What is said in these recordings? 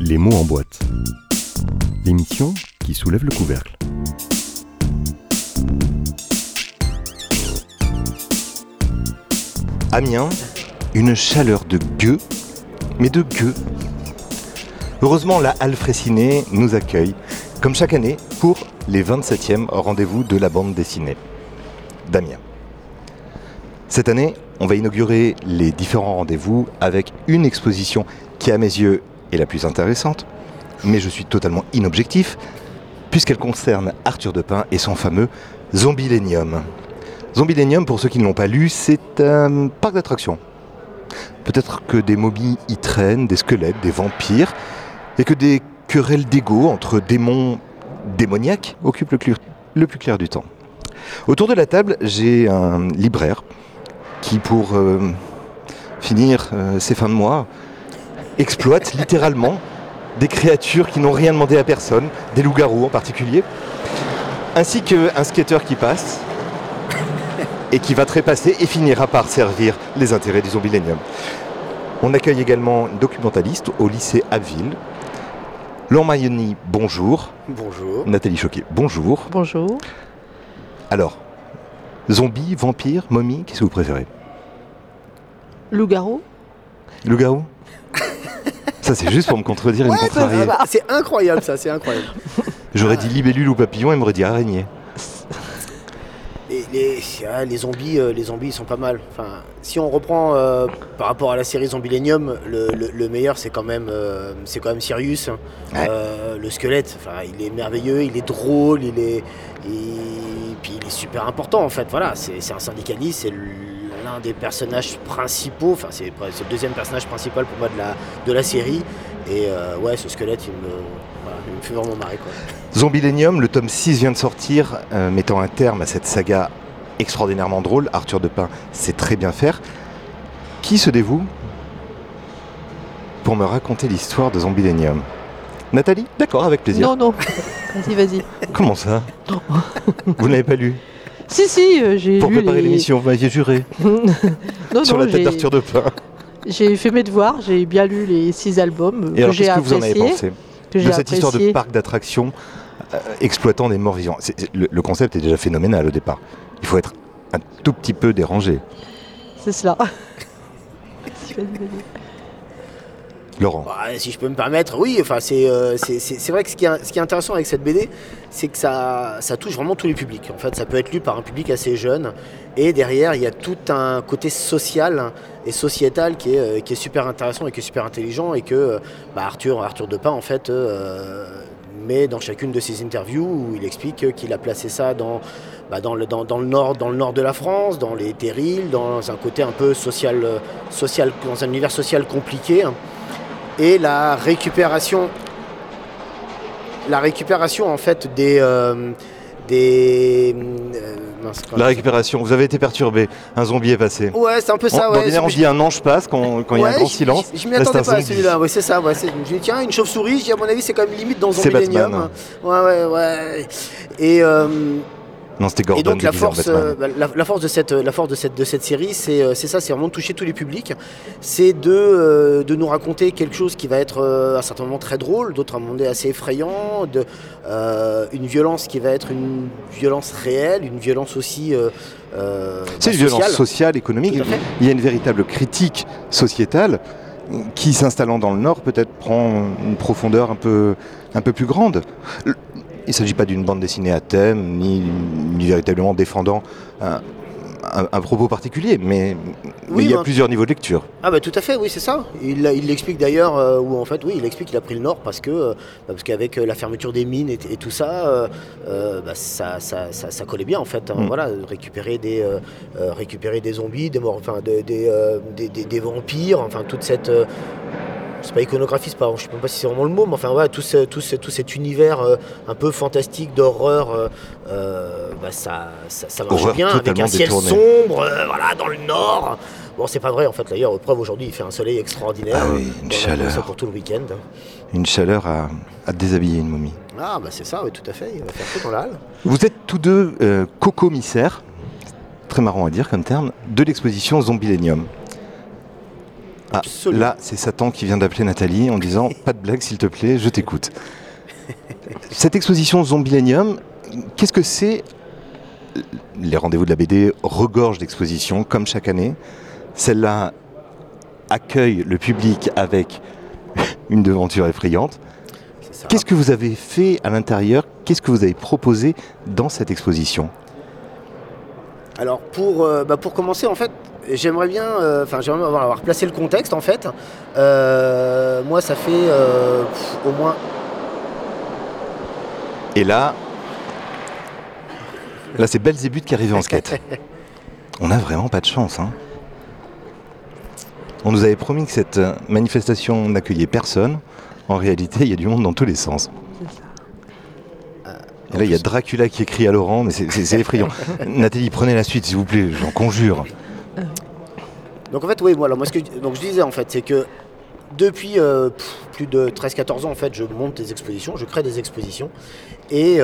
Les mots en boîte. L'émission qui soulève le couvercle. Amiens, une chaleur de gueux, mais de gueux. Heureusement, la Halle Fraissinet nous accueille, comme chaque année, pour les 27e rendez-vous de la bande dessinée d'Amiens. Cette année, on va inaugurer les différents rendez-vous avec une exposition qui, à mes yeux, est la plus intéressante, mais je suis totalement inobjectif, puisqu'elle concerne Arthur de Pin et son fameux Zombilénium. Zombilénium, pour ceux qui ne l'ont pas lu, c'est un parc d'attractions. Peut-être que des momies y traînent, des squelettes, des vampires, et que des querelles d'ego entre démons démoniaques occupent le plus clair du temps. Autour de la table, j'ai un libraire qui, pour finir ses fins de mois, exploite littéralement des créatures qui n'ont rien demandé à personne, des loups-garous en particulier, ainsi qu'un skateur qui passe et qui va trépasser et finira par servir les intérêts du Zombilénium. On accueille également une documentaliste au lycée Abbeville. Laure Maioni, bonjour. Bonjour. Nathalie Choquet, bonjour. Bonjour. Alors, zombies, vampires, momies, qu'est-ce que vous préférez ? Loup-garou. Loup-garou ? Ça, c'est juste pour me contredire et me contrarier. C'est incroyable ça, c'est incroyable. J'aurais dit libellule ou papillon, il m'aurait dit araignée. Les zombies, ils sont pas mal. Enfin, si on reprend par rapport à la série Zombilénium, le meilleur c'est quand même Sirius. Ouais. Le squelette, enfin, il est merveilleux, il est drôle, puis il est super important en fait. Voilà, c'est un syndicaliste, c'est l'un des personnages principaux. Enfin, c'est le deuxième personnage principal pour moi de la série. Et ouais, ce squelette, il me fait vraiment marrer quoi. Zombilénium, le tome 6 vient de sortir, mettant un terme à cette saga extraordinairement drôle. Arthur de Pin sait très bien faire. Qui se dévoue pour me raconter l'histoire de Zombilénium ? Nathalie ? D'accord, avec plaisir. Non. Vas-y. Comment ça ? Vous n'avez pas lu ? Si, j'ai Pour lu préparer l'émission, vous m'aviez juré. Sur la tête d'Arthur de Pin. J'ai fait mes devoirs, j'ai bien lu les 6 albums Et alors, j'ai qu'est-ce que vous en appréciés. avez pensé de cette histoire de parc d'attractions exploitant des morts vivants ? Le concept est déjà phénoménal au départ. Il faut être un tout petit peu dérangé. C'est cela. Laurent. Bah, si je peux me permettre, oui, enfin, c'est vrai que ce qui est intéressant avec cette BD, c'est que ça touche vraiment tous les publics. En fait, ça peut être lu par un public assez jeune, et derrière, il y a tout un côté social et sociétal qui est super intéressant et qui est super intelligent, et que Arthur de Pin, en fait, met dans chacune de ses interviews où il explique qu'il a placé ça dans le nord de la France, dans les terrils, dans un côté un peu social, dans un univers social compliqué. Et la récupération en fait La récupération, vous avez été perturbé, un zombie est passé. Ouais, c'est un peu ça. D'ordinaire, on dit un ange passe quand il y a un grand silence. Je m'y attendais pas à celui-là, ouais, c'est ça. Ouais, je me dis, tiens, une chauve-souris, je dis, à mon avis, c'est quand même limite dans Zombilénium. Ouais. Et non, c'était Gordon. Et donc la force de cette série, c'est ça, c'est vraiment de toucher tous les publics. C'est de nous raconter quelque chose qui va être à un certain moment très drôle, d'autres à un moment assez effrayant, une violence qui va être une violence réelle, une violence aussi c'est une violence sociale, économique. Il y a une véritable critique sociétale qui, s'installant dans le Nord, peut-être prend une profondeur un peu plus grande. Il ne s'agit pas d'une bande dessinée à thème, ni véritablement défendant un propos particulier, mais il y a plusieurs niveaux de lecture. Ah bah tout à fait, oui, c'est ça. Il l'explique d'ailleurs, où en fait, oui, il explique qu'il a pris le Nord parce qu'avec la fermeture des mines et tout ça, ça collait bien en fait. Voilà, récupérer des zombies, des morts, enfin des vampires, enfin toute cette c'est pas iconographie, je sais même pas si c'est vraiment le mot, mais enfin ouais, tout cet univers un peu fantastique d'horreur, ça marche bien avec un ciel sombre, voilà, dans le nord. Bon, c'est pas vrai en fait, d'ailleurs, preuve aujourd'hui il fait un soleil extraordinaire. Ah oui, une chaleur. Ça pour tout le week-end. Une chaleur à déshabiller une momie. Ah bah c'est ça, oui, tout à fait, il va faire chaud dans la halle. Vous êtes tous deux co-commissaires, très marrant à dire comme terme, de l'exposition Zombilénium. Ah, Absolument. là, c'est Satan qui vient d'appeler Nathalie en disant « Pas de blague, s'il te plaît, je t'écoute ». Cette exposition Zombilenium, qu'est-ce que c'est ? Les rendez-vous de la BD regorgent d'expositions, comme chaque année. Celle-là accueille le public avec une devanture effrayante. C'est ça. Qu'est-ce que vous avez fait à l'intérieur ? Qu'est-ce que vous avez proposé dans cette exposition ? Alors pour commencer, en fait, j'aimerais bien avoir placé le contexte, en fait. Moi, ça fait au moins... Et là c'est Belzébuth qui arrive en skate. On n'a vraiment pas de chance, hein. On nous avait promis que cette manifestation n'accueillait personne. En réalité, il y a du monde dans tous les sens. Et là, il y a Dracula qui écrit à Laurent, mais c'est effrayant. Nathalie, prenez la suite, s'il vous plaît, j'en conjure. Donc en fait, oui, voilà, moi je disais, en fait, c'est que depuis plus de 13-14 ans, en fait, je monte des expositions, je crée des expositions. Et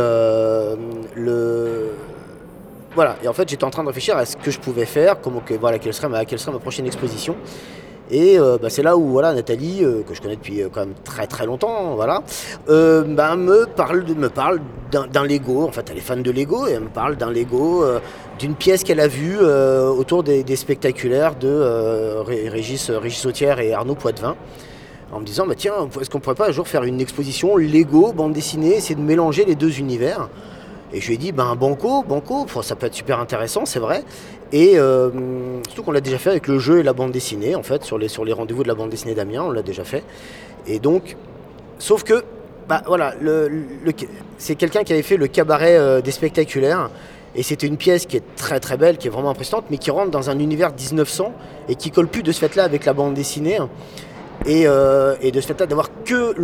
voilà, et en fait, j'étais en train de réfléchir à ce que je pouvais faire, quelle serait ma prochaine exposition. Et c'est là où voilà, Nathalie, que je connais depuis quand même très très longtemps, voilà, me parle d'un Lego. En fait, elle est fan de Lego et elle me parle d'un Lego, d'une pièce qu'elle a vue autour des spectaculaires de Régis Sautière et Arnaud Poitvin. En me disant, tiens, est-ce qu'on pourrait pas un jour faire une exposition Lego, bande dessinée, essayer de mélanger les deux univers ? Et je lui ai dit, banco, ça peut être super intéressant, c'est vrai. Et surtout qu'on l'a déjà fait avec le jeu et la bande dessinée, en fait, sur les rendez-vous de la bande dessinée d'Amiens, on l'a déjà fait. Et donc, sauf que, voilà, c'est quelqu'un qui avait fait le cabaret des spectaculaires. Et c'était une pièce qui est très très belle, qui est vraiment impressionnante, mais qui rentre dans un univers 1900 et qui colle plus de ce fait-là avec la bande dessinée. Et de ce fait-là, d'avoir que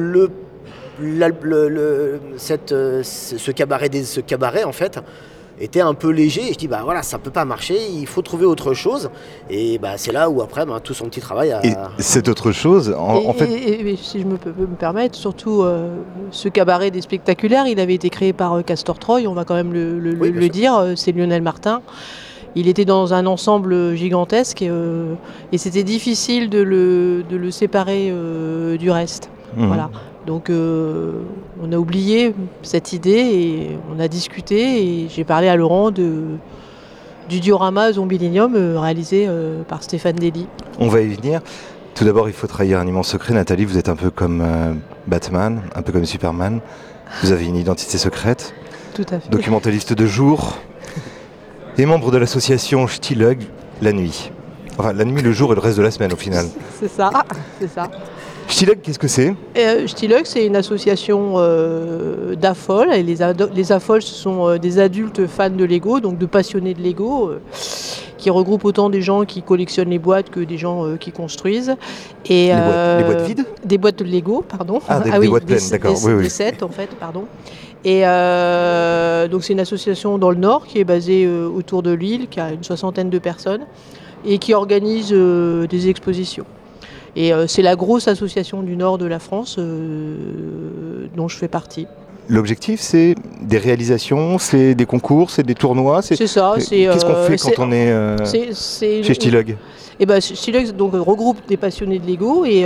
ce cabaret en fait était un peu léger, et je dis voilà, ça peut pas marcher, il faut trouver autre chose. Et c'est là où après tout son petit travail a... Et cette autre chose, en fait... Et si je peux me permettre, surtout ce cabaret des spectaculaires, il avait été créé par Castor Troy, on va quand même le dire, c'est Lionel Martin. Il était dans un ensemble gigantesque et c'était difficile de le séparer du reste. Voilà. Donc on a oublié cette idée et on a discuté et j'ai parlé à Laurent du diorama Zombilenium réalisé par Stéphane Dely. On va y venir. Tout d'abord, il faut trahir un immense secret. Nathalie, vous êtes un peu comme Batman, un peu comme Superman. Vous avez une identité secrète. Tout à fait. Documentaliste de jour et membre de l'association Ch'tilug la nuit. Enfin, la nuit, le jour et le reste de la semaine au final. C'est ça. Ch'tilug, qu'est-ce que c'est ? Ch'tilug, c'est une association d'AFOL. Et les AFOL, ce sont des adultes fans de Lego, donc de passionnés de Lego, qui regroupent autant des gens qui collectionnent les boîtes que des gens qui construisent. Et, les boîtes vides ? Des boîtes de Lego, pardon. Des boîtes pleines, d'accord. Des sets, en fait, pardon. Et donc c'est une association dans le Nord qui est basée autour de Lille, qui a une 60aine de personnes et qui organise des expositions. Et c'est la grosse association du Nord de la France dont je fais partie. L'objectif, c'est des réalisations, c'est des concours, c'est des tournois. C'est ça. Qu'est-ce qu'on fait quand on est chez Ch'tilug ? Ch'tilug donc regroupe des passionnés de Lego et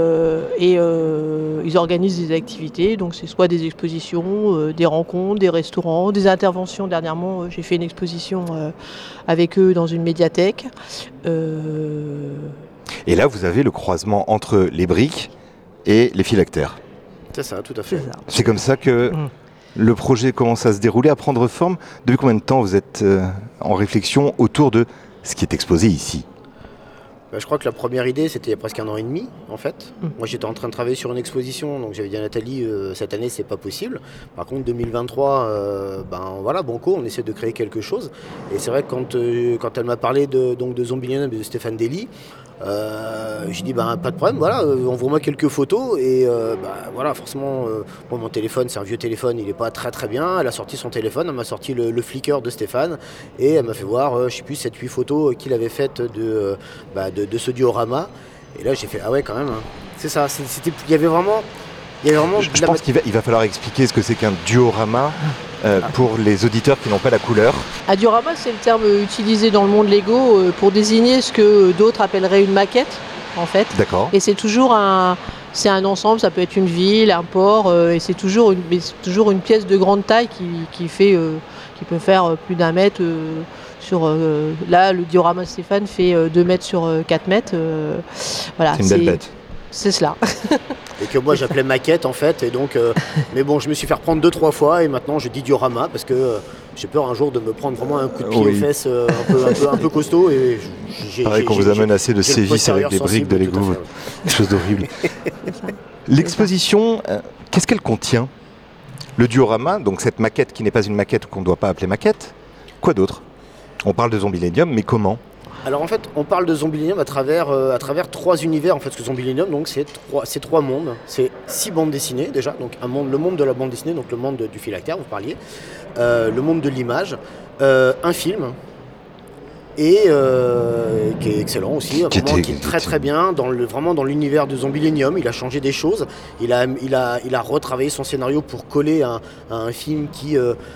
ils organisent des activités. Donc c'est soit des expositions, des rencontres, des restaurants, des interventions. Dernièrement, j'ai fait une exposition avec eux dans une médiathèque. Et là, vous avez le croisement entre les briques et les phylactères. C'est ça, tout à fait. C'est comme ça que le projet commence à se dérouler, à prendre forme. Depuis combien de temps vous êtes en réflexion autour de ce qui est exposé ici ? Je crois que la première idée, c'était il y a presque 1 an et demi, en fait. Moi, j'étais en train de travailler sur une exposition, donc j'avais dit à Nathalie, cette année, c'est pas possible. Par contre, 2023, voilà, banco, on essaie de créer quelque chose. Et c'est vrai que quand elle m'a parlé de Zombilenium et de Stéphane Dely, j'ai dit, pas de problème, voilà, envoie-moi quelques photos. Et voilà, forcément, moi, mon téléphone, c'est un vieux téléphone, il est pas très très bien. Elle a sorti son téléphone, elle m'a sorti le Flickr de Stéphane, et elle m'a fait voir, je sais plus, 7-8 photos qu'il avait faites de ce diorama. Et là j'ai fait ah ouais quand même hein. C'est ça, il y avait vraiment je pense qu'il va falloir expliquer ce que c'est qu'un diorama pour les auditeurs qui n'ont pas la couleur. Un diorama, c'est le terme utilisé dans le monde Lego pour désigner ce que d'autres appelleraient une maquette. en fait. D'accord. Et c'est toujours un ensemble, ça peut être une ville, un port, et c'est toujours une pièce de grande taille qui peut faire plus d'1 mètre. Là, le diorama Stéphane fait 2 mètres sur 4 mètres. Voilà, c'est une belle bête. C'est cela. Et que moi j'appelais maquette en fait, et donc mais bon, je me suis fait reprendre 2-3 fois et maintenant je dis diorama parce que j'ai peur un jour de me prendre vraiment un coup de pied aux fesses un peu costaud. Et pareil qu'on vous a menacé de sévices avec des briques de l'égout, des choses horribles. L'exposition, qu'est-ce qu'elle contient? Le diorama, donc cette maquette qui n'est pas une maquette qu'on ne doit pas appeler maquette, quoi d'autre? On parle de Zombielenium, mais comment? Alors en fait, on parle de Zombielenium à travers 3 univers. En fait, parce que Zombielenium, donc c'est 3 mondes, c'est 6 bandes dessinées déjà. Donc le monde de la bande dessinée, donc le monde du phylactère, vous parliez, le monde de l'image, un film et qui est excellent aussi, qui est très très bien vraiment dans l'univers de Zombielenium. Il a changé des choses, il a retravaillé son scénario pour coller à un film qui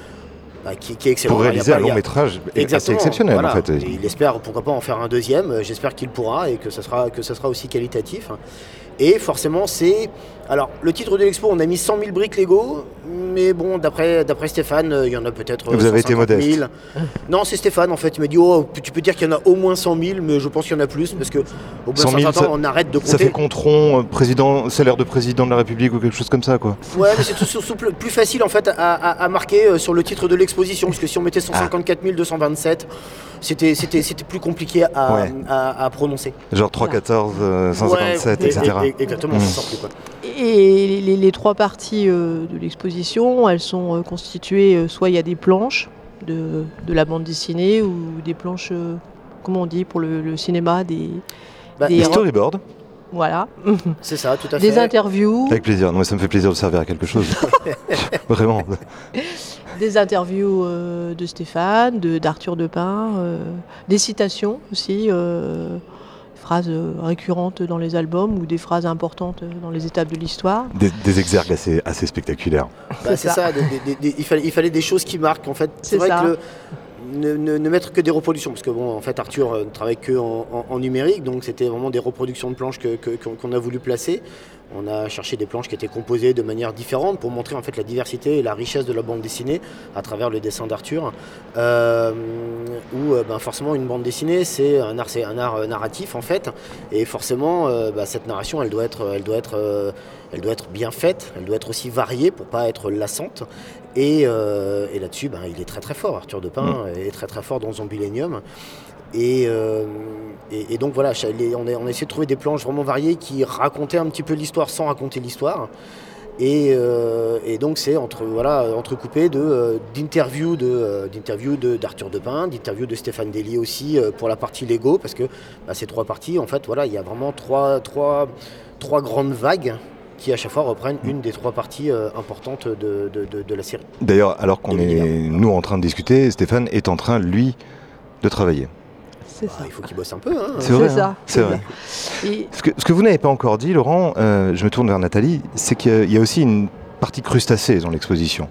est excellent. Pour réaliser un long métrage assez exceptionnel, voilà. En fait. Et il espère pourquoi pas en faire un deuxième, j'espère qu'il pourra et que ça sera aussi qualitatif. Et forcément alors le titre de l'expo, on a mis 100 000 briques Lego, mais bon, d'après Stéphane, il y en a peut-être 150 000. Vous avez été modeste. Non, c'est Stéphane en fait, il m'a dit tu peux dire qu'il y en a au moins 100 000, mais je pense qu'il y en a plus, parce que au bout d'un certain temps, on arrête de compter. Ça fait Contron, salaire de président de la République ou quelque chose comme ça, quoi. Ouais, mais c'est surtout plus facile en fait à marquer sur le titre de l'exposition, parce que si on mettait 154 227, c'était plus compliqué à prononcer. Genre 314, 157, etc. Exactement, ça sort plus, quoi. Et les 3 parties de l'exposition, elles sont constituées, soit il y a des planches de la bande dessinée, ou des planches, comment on dit, pour le cinéma, des storyboards. Voilà. C'est ça, tout à fait. Des interviews. Avec plaisir, non, mais ça me fait plaisir de servir à quelque chose. Vraiment. Des interviews de Stéphane, d'Arthur Depin, des citations aussi, phrases récurrentes dans les albums ou des phrases importantes dans les étapes de l'histoire. Des exergues assez spectaculaires. C'est ça, il fallait des choses qui marquent en fait. C'est vrai que ne mettre que des reproductions, parce que bon, en fait Arthur ne travaille que en numérique, donc c'était vraiment des reproductions de planches qu'on a voulu placer. On a cherché des planches qui étaient composées de manière différente pour montrer en fait la diversité et la richesse de la bande dessinée à travers le dessin d'Arthur. Forcément une bande dessinée c'est un art narratif en fait, et forcément cette narration elle doit être bien faite, elle doit être aussi variée pour pas être lassante. Et là-dessus, il est très très fort. Arthur Depin est très très fort dans Zombielenium. Et donc voilà, on a essayé de trouver des planches vraiment variées qui racontaient un petit peu l'histoire sans raconter l'histoire. Et donc c'est entrecoupé d'interviews d'Arthur Depin, d'interviews de Stéphane Délié aussi pour la partie Lego, parce que ces 3 parties, en fait, voilà, il y a vraiment trois grandes vagues qui à chaque fois reprennent une des 3 parties importantes de la série. D'ailleurs, alors qu'on est nous en train de discuter, Stéphane est en train, lui, de travailler. C'est ça. Il faut qu'il bosse un peu. Hein. C'est vrai. C'est vrai. Et... Ce que vous n'avez pas encore dit, Laurent, je me tourne vers Nathalie, c'est qu'il y a aussi une partie crustacée dans l'exposition.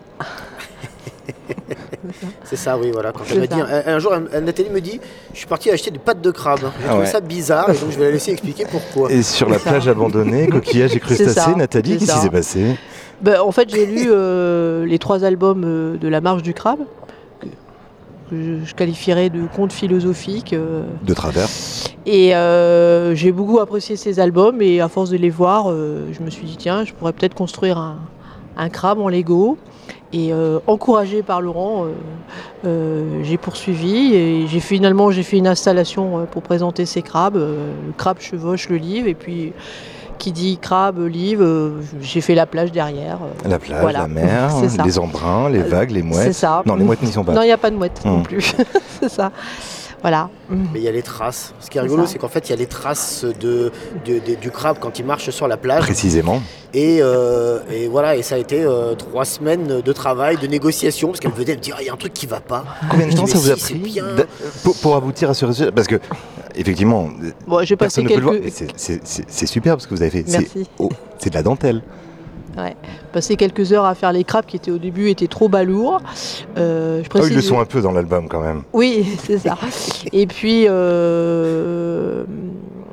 C'est ça, oui, voilà. Quand elle m'a dit, un jour, Nathalie me dit, je suis parti acheter des pattes de crabe. J'ai trouvé ça bizarre, et donc je vais la laisser expliquer pourquoi. Et sur la plage abandonnée, coquillages et crustacés, Nathalie, qu'est-ce qui s'est passé? En fait, j'ai lu les 3 albums de La Marche du Crabe, que je qualifierais de contes philosophiques. De travers. Et j'ai beaucoup apprécié ces albums, et à force de les voir, je me suis dit, tiens, je pourrais peut-être construire un crabe en Lego. Et encouragée par Laurent, j'ai poursuivi et j'ai fait une installation pour présenter ces crabes. Le crabe chevauche le livre, et puis qui dit crabe, livre, j'ai fait la plage derrière. La plage, voilà. La mer, les embruns, les vagues, les mouettes. C'est ça. Non, les mouettes n'y sont pas. Non, il n'y a pas de mouettes non plus. C'est ça. Voilà. Mais il y a les traces. Ce qui est rigolo, c'est qu'en fait, il y a les traces du crabe quand il marche sur la plage. Précisément. Et voilà, et ça a été 3 semaines de travail, de négociation, parce qu'elle venait me dire, il y a un truc qui ne va pas. Combien de temps ça vous a pris pour aboutir à ce résultat? Parce que, effectivement, j'ai passé c'est super parce que vous avez fait. Merci. C'est de la dentelle. Ouais, passer quelques heures à faire les crabes qui étaient au début trop balourds. Ils le sont un peu dans l'album quand même. Oui, c'est ça. Et puis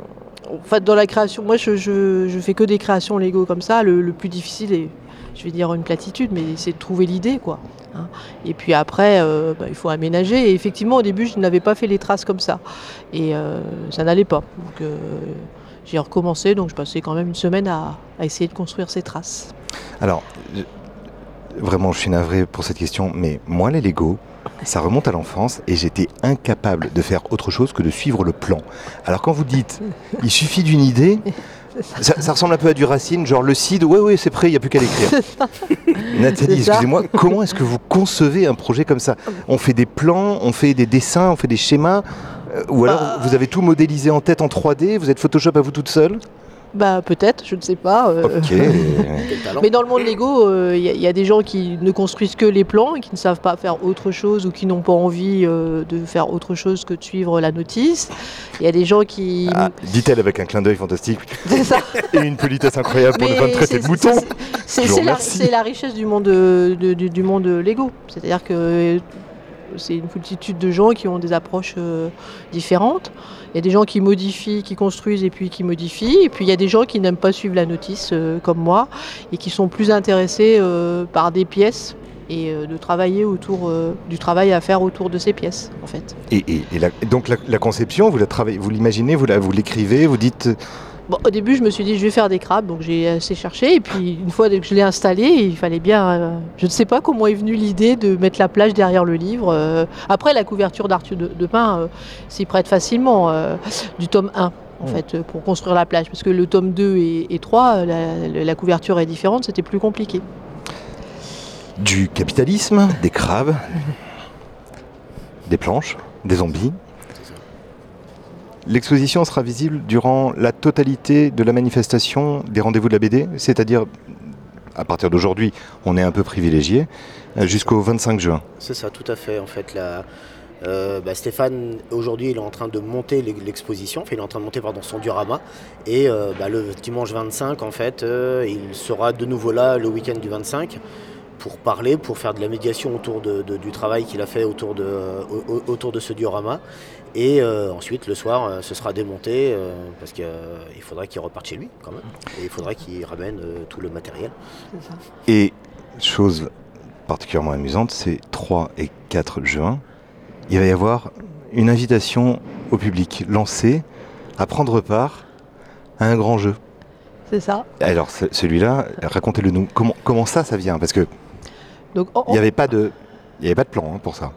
En fait, dans la création, moi je fais que des créations Lego comme ça. Le plus difficile est, je vais dire une platitude, mais c'est de trouver l'idée, quoi. Hein. Et puis après, il faut aménager. Et effectivement, au début, je n'avais pas fait les traces comme ça. Et ça n'allait pas. Donc j'ai recommencé, donc je passais quand même une semaine à essayer de construire ces traces. Alors, vraiment, je suis navré pour cette question, mais moi, les Lego, ça remonte à l'enfance et j'étais incapable de faire autre chose que de suivre le plan. Alors quand vous dites, il suffit d'une idée, ça ressemble un peu à du Racine, genre le Cid, ouais, c'est prêt, il n'y a plus qu'à l'écrire. Nathalie, excusez-moi, comment est-ce que vous concevez un projet comme ça ? On fait des plans, on fait des dessins, on fait des schémas, ou alors vous avez tout modélisé en tête en 3D, vous êtes Photoshop à vous toute seule ? Peut-être, je ne sais pas. Ok. Mais dans le monde Lego, y a des gens qui ne construisent que les plans et qui ne savent pas faire autre chose ou qui n'ont pas envie de faire autre chose que de suivre la notice. Il y a des gens qui... dit-elle avec un clin d'œil fantastique. C'est ça. Et une politesse incroyable pour ne pas me traiter de mouton. C'est la richesse du monde Lego. C'est-à-dire que c'est une multitude de gens qui ont des approches différentes. Il y a des gens qui modifient, qui construisent et puis qui modifient. Et puis il y a des gens qui n'aiment pas suivre la notice comme moi et qui sont plus intéressés par des pièces et de travailler autour du travail à faire autour de ces pièces en fait. Donc la conception, vous la travaillez, vous l'imaginez, vous l'écrivez, vous dites... Bon, au début, je me suis dit, je vais faire des crabes, donc j'ai assez cherché. Et puis, une fois que je l'ai installé, il fallait bien... je ne sais pas comment est venue l'idée de mettre la plage derrière le livre. Après, la couverture d'Arthur de Pin s'y prête facilement, du tome 1, en fait, pour construire la plage. Parce que le tome 2 et 3, la couverture est différente, c'était plus compliqué. Du capitalisme, des crabes, des planches, des zombies. L'exposition sera visible durant la totalité de la manifestation des rendez-vous de la BD, c'est-à-dire, à partir d'aujourd'hui, on est un peu privilégié, jusqu'au 25 juin. C'est ça, tout à fait. En fait, Stéphane, aujourd'hui, il est en train de monter l'exposition, il est en train de monter son diorama, et le dimanche 25, en fait, il sera de nouveau là le week-end du 25, pour parler, pour faire de la médiation autour du travail qu'il a fait autour de ce diorama. Et ensuite, le soir, ce sera démonté parce qu'il faudra qu'il reparte chez lui quand même. Et il faudra qu'il ramène tout le matériel. C'est ça. Et chose particulièrement amusante, c'est 3 et 4 juin, il va y avoir une invitation au public lancée à prendre part à un grand jeu. C'est ça. Alors celui-là, racontez-le nous. Comment ça vient ? Parce que il n'y avait pas de plan pour ça.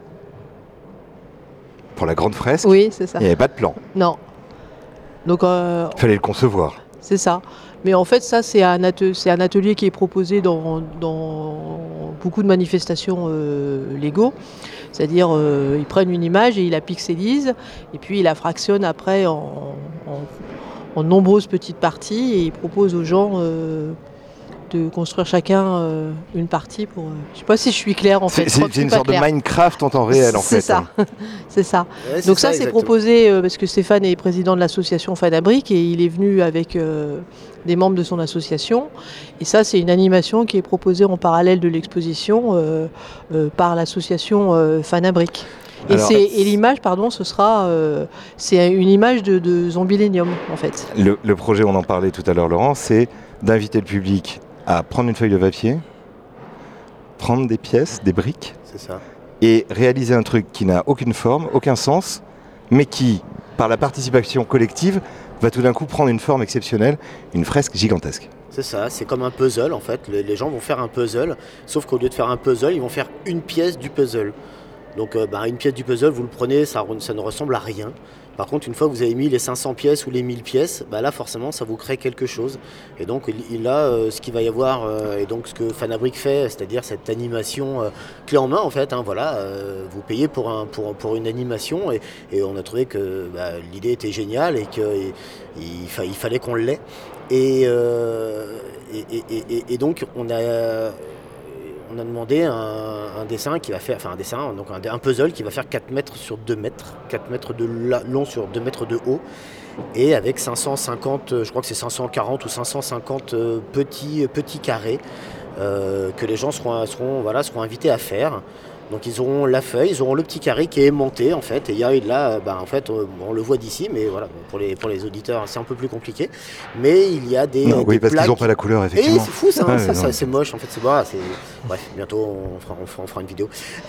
Pour la grande fresque, oui, c'est ça. Il n'y avait pas de plan. Non. Donc, fallait le concevoir. C'est ça. Mais en fait, ça, c'est un atelier qui est proposé dans beaucoup de manifestations Lego. C'est-à-dire, ils prennent une image et ils la pixelisent, et puis ils la fractionnent après en nombreuses petites parties, et ils proposent aux gens de construire chacun une partie pour... je ne sais pas si je suis claire en fait. C'est une sorte de Minecraft en temps réel en fait. C'est ça. C'est ça. Ouais, donc ça, c'est proposé parce que Stéphane est président de l'association Fanabrique et il est venu avec des membres de son association. Et ça, c'est une animation qui est proposée en parallèle de l'exposition par l'association Fanabrique. Et l'image, ce sera... c'est une image de Zombilénium en fait. Le projet, on en parlait tout à l'heure Laurent, c'est d'inviter le public à prendre une feuille de papier, prendre des pièces, des briques, c'est ça, et réaliser un truc qui n'a aucune forme, aucun sens, mais qui, par la participation collective, va tout d'un coup prendre une forme exceptionnelle, une fresque gigantesque. C'est ça, c'est comme un puzzle en fait. Les gens vont faire un puzzle, sauf qu'au lieu de faire un puzzle, ils vont faire une pièce du puzzle. Donc une pièce du puzzle, vous le prenez, ça ne ressemble à rien. Par contre, une fois que vous avez mis les 500 pièces ou les 1000 pièces, là forcément ça vous crée quelque chose. Et donc ce qu'il va y avoir, et donc ce que Fanabrique fait, c'est-à-dire cette animation clé en main en fait, vous payez pour une animation, et on a trouvé que l'idée était géniale et qu'il fallait qu'on l'ait. Et donc on a demandé un dessin qui va faire, donc un puzzle qui va faire 4 mètres sur 2 mètres, 4 mètres de long sur 2 mètres de haut, et avec 550, je crois que c'est 540 ou 550 petits carrés que les gens seront invités à faire. Donc ils auront la feuille, ils auront le petit carré qui est aimanté en fait. Et il y a là, en fait, on le voit d'ici, mais voilà, pour les auditeurs, c'est un peu plus compliqué. Mais il y a des oui, parce plaques. qu'ils n'ont pas la couleur, effectivement. Et c'est fou ça, Ouais, ça c'est moche en fait. Bref, bientôt on fera une vidéo.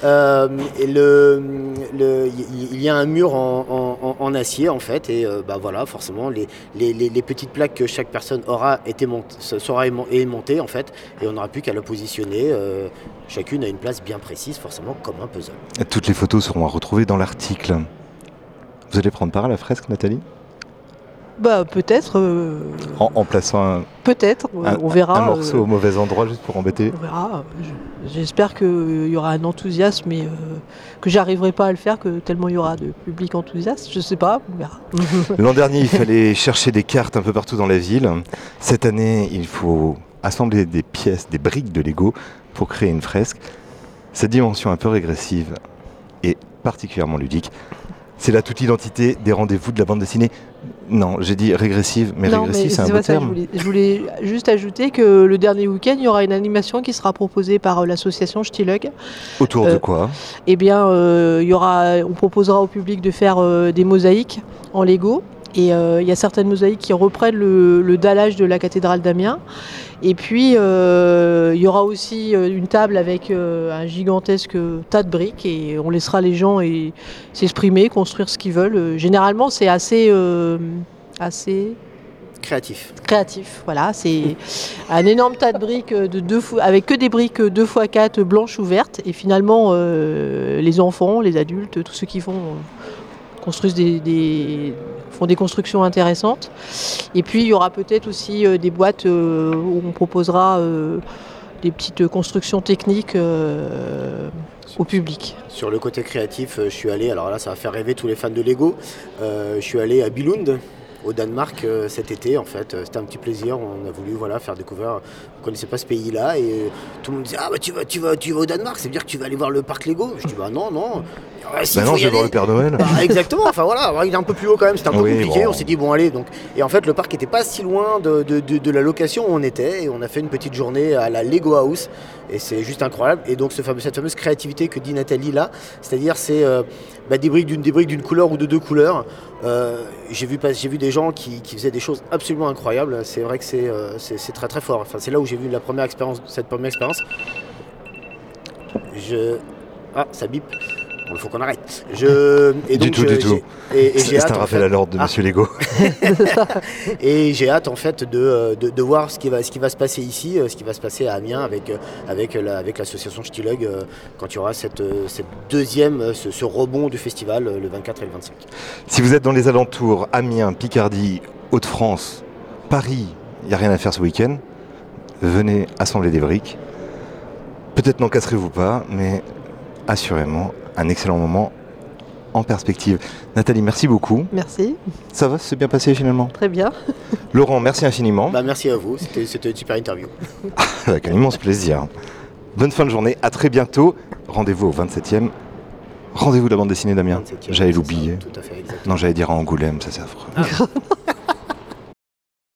Il y a un mur en acier en fait, et voilà, forcément les petites plaques que chaque personne sera aimantée en fait, et on n'aura plus qu'à la positionner. Chacune a une place bien précise, forcément, comme un puzzle. Toutes les photos seront à retrouver dans l'article. Vous allez prendre part à la fresque, Nathalie ? Peut-être. En plaçant peut-être, on verra. Un morceau au mauvais endroit, juste pour embêter. On verra. J'espère qu'il y aura un enthousiasme, et que j'arriverai pas à le faire, que tellement il y aura de public enthousiaste. Je sais pas, on verra. L'an dernier, il fallait chercher des cartes un peu partout dans la ville. Cette année, il faut assembler des pièces, des briques de Lego pour créer une fresque. Cette dimension un peu régressive est particulièrement ludique. C'est là toute l'identité des rendez-vous de la bande dessinée. Non, j'ai dit régressive, mais régressive, c'est un beau terme. Je voulais juste ajouter que le dernier week-end, il y aura une animation qui sera proposée par l'association Stilug. Autour de quoi ? Eh bien, on proposera au public de faire des mosaïques en Lego. Et il y a certaines mosaïques qui reprennent le dallage de la cathédrale d'Amiens. Et puis, il y aura aussi une table avec un gigantesque tas de briques, et on laissera les gens s'exprimer, construire ce qu'ils veulent. Généralement, c'est assez créatif. Voilà, c'est un énorme tas de briques avec que des briques 2x4 blanches ou vertes. Et finalement, les enfants, les adultes, tous ceux qui construisent font des constructions intéressantes. Et puis il y aura peut-être aussi des boîtes où on proposera des petites constructions techniques au public. Sur le côté créatif, je suis allé, alors là ça va faire rêver tous les fans de Lego, je suis allé à Billund, au Danemark, cet été en fait. C'était un petit plaisir, on a voulu faire découvrir, on ne connaissait pas ce pays-là, et tout le monde disait tu vas au Danemark, ça veut dire que tu vas aller voir le parc Lego. Je dis non. Non, je vais voir le Père Noël. Exactement, il est un peu plus haut quand même, c'était un peu compliqué, on s'est dit allez donc. Et en fait le parc était pas si loin de la location où on était, et on a fait une petite journée à la Lego House, et c'est juste incroyable. Et donc cette fameuse créativité que dit Nathalie là, c'est-à-dire c'est des briques d'une couleur ou de deux couleurs. J'ai vu des gens qui faisaient des choses absolument incroyables. C'est vrai que c'est très très fort. Enfin, c'est là où j'ai vu cette première expérience. Ça bip. Il faut qu'on arrête. Du tout. C'est un rappel à l'ordre de Monsieur Lego. Et j'ai hâte en fait de voir ce qui va se passer ici, ce qui va se passer à Amiens avec l'association Stilug quand il y aura ce rebond du festival le 24 et le 25. Si vous êtes dans les alentours, Amiens, Picardie, Hauts-de-France, Paris, il n'y a rien à faire ce week-end, venez assembler des briques. Peut-être n'en casserez-vous pas, mais assurément un excellent moment en perspective. Nathalie, merci beaucoup. Merci. Ça va, c'est bien passé finalement ? Très bien. Laurent, merci infiniment. Merci à vous, c'était une super interview. Avec un immense plaisir. Bonne fin de journée, à très bientôt. Rendez-vous au 27e. Rendez-vous de la bande dessinée d'Amiens. J'allais l'oublier. Tout à fait, exactement. Non, j'allais dire à Angoulême, ça c'est affreux.